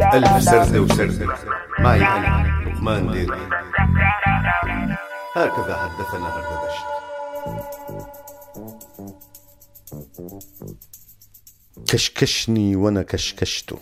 ألف سردة وسردة معي أنا لقمان ديري. هكذا حدثنا هردبشت. كشكشني وأنا كشكشته.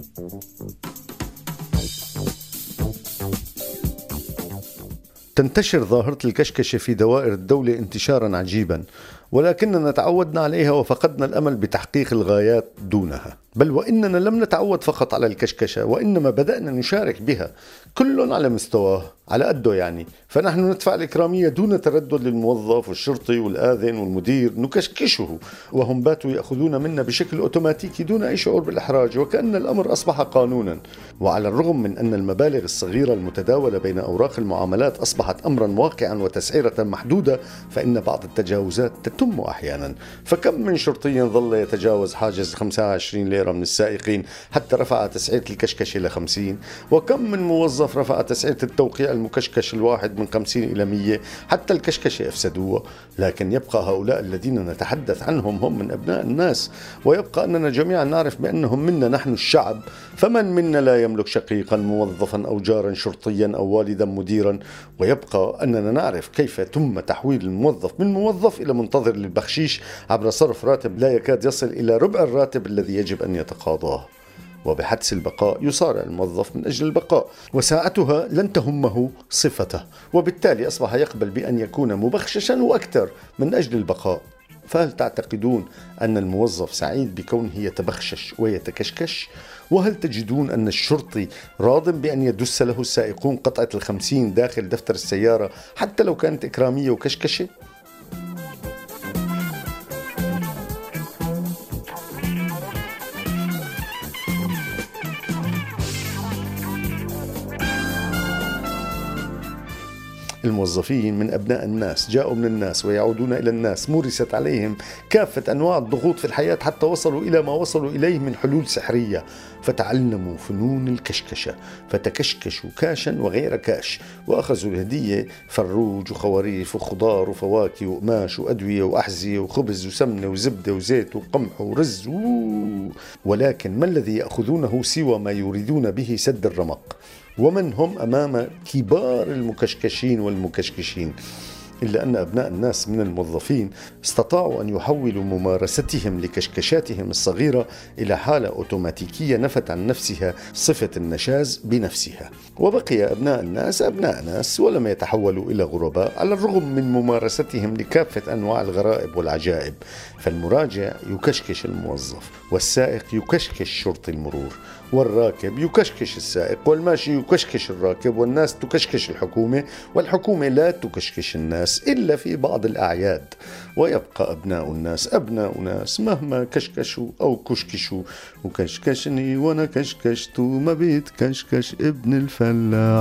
تنتشر ظاهرة الكشكشة في دوائر الدولة انتشارا عجيبا، ولكننا تعودنا عليها وفقدنا الأمل بتحقيق الغايات دونها. بل وإننا لم نتعود فقط على الكشكشة، وإنما بدأنا نشارك بها كل على مستواه على قده يعني. فنحن ندفع الإكرامية دون تردد للموظف والشرطي والآذن والمدير، نكشكشه وهم باتوا يأخذون منا بشكل أوتوماتيكي دون أي شعور بالإحراج، وكأن الأمر أصبح قانونا. وعلى الرغم من أن المبالغ الصغيرة المتداولة بين أوراق المعاملات أصبحت أمرا واقعا وتسعيرة محدودة، فإن بعض التجاوزات تتم أحيانا. فكم من شرطي ظل يتجاوز حاجز 25 ليرة من السائقين حتى رفع تسعيرة الكشكشة إلى 50، وكم من موظف رفع تسعيرة التوقيع المكشكش الواحد من 50 إلى 100 حتى الكشكشة أفسدوها. لكن يبقى هؤلاء الذين نتحدث عنهم هم من أبناء الناس، ويبقى أننا جميعا نعرف بأنهم منا نحن الشعب. فمن منا لا يملك شقيقا موظفا أو جارا شرطيا أو والدا مديرا؟ ويبقى أننا نعرف كيف تم تحويل الموظف من موظف إلى منتظر للبخشيش عبر صرف راتب لا يكاد يصل إلى ربع الراتب الذي يجب أن يتقاضاه. وبحدس البقاء يصارع الموظف من أجل البقاء، وساعتها لن تهمه صفته، وبالتالي أصبح يقبل بأن يكون مبخششا وأكثر من أجل البقاء. فهل تعتقدون أن الموظف سعيد بكونه يتبخشش ويتكشكش؟ وهل تجدون أن الشرطي راض بأن يدس له السائقون قطعة 50 داخل دفتر السيارة حتى لو كانت إكرامية وكشكشة؟ الموظفين من أبناء الناس، جاءوا من الناس ويعودون إلى الناس، مورست عليهم كافة أنواع الضغوط في الحياة حتى وصلوا إلى ما وصلوا إليه من حلول سحرية، فتعلموا فنون الكشكشة، فتكشكشوا كاشا وغير كاش، وأخذوا الهدية فروج وخواريف وخضار وفواكه وقماش وأدوية وأحذية وخبز وسمنة وزبدة وزيت وقمح ورز ولكن ما الذي يأخذونه سوى ما يريدون به سد الرمق؟ ومن هم أمام كبار المكشكشين والمكشكشين؟ إلا أن أبناء الناس من الموظفين استطاعوا أن يحولوا ممارستهم لكشكشاتهم الصغيرة إلى حالة أوتوماتيكية نفت عن نفسها صفة النشاز بنفسها، وبقي أبناء الناس أبناء ناس ولم يتحولوا إلى غرباء على الرغم من ممارستهم لكافة أنواع الغرائب والعجائب. فالمراجع يكشكش الموظف، والسائق يكشكش شرطي المرور، والراكب يكشكش السائق، والماشي يكشكش الراكب، والناس تكشكش الحكومة، والحكومة لا تكشكش الناس إلا في بعض الأعياد. ويبقى أبناء الناس أبناء ناس مهما كشكشوا أو كشكشوا. وكشكشني وأنا كشكشت ما بيتكشكش ابن الفلاح.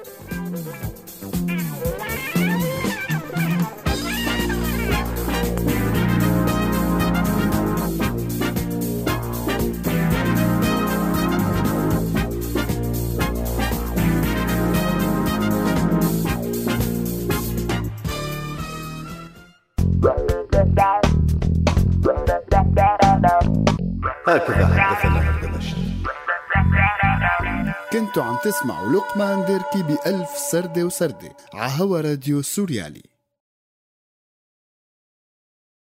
هكذا حدثنا هردبشت. كنتوا عم تسمعوا لقمان ديركي بألف سردة وسردة عهوا راديو سوريالي.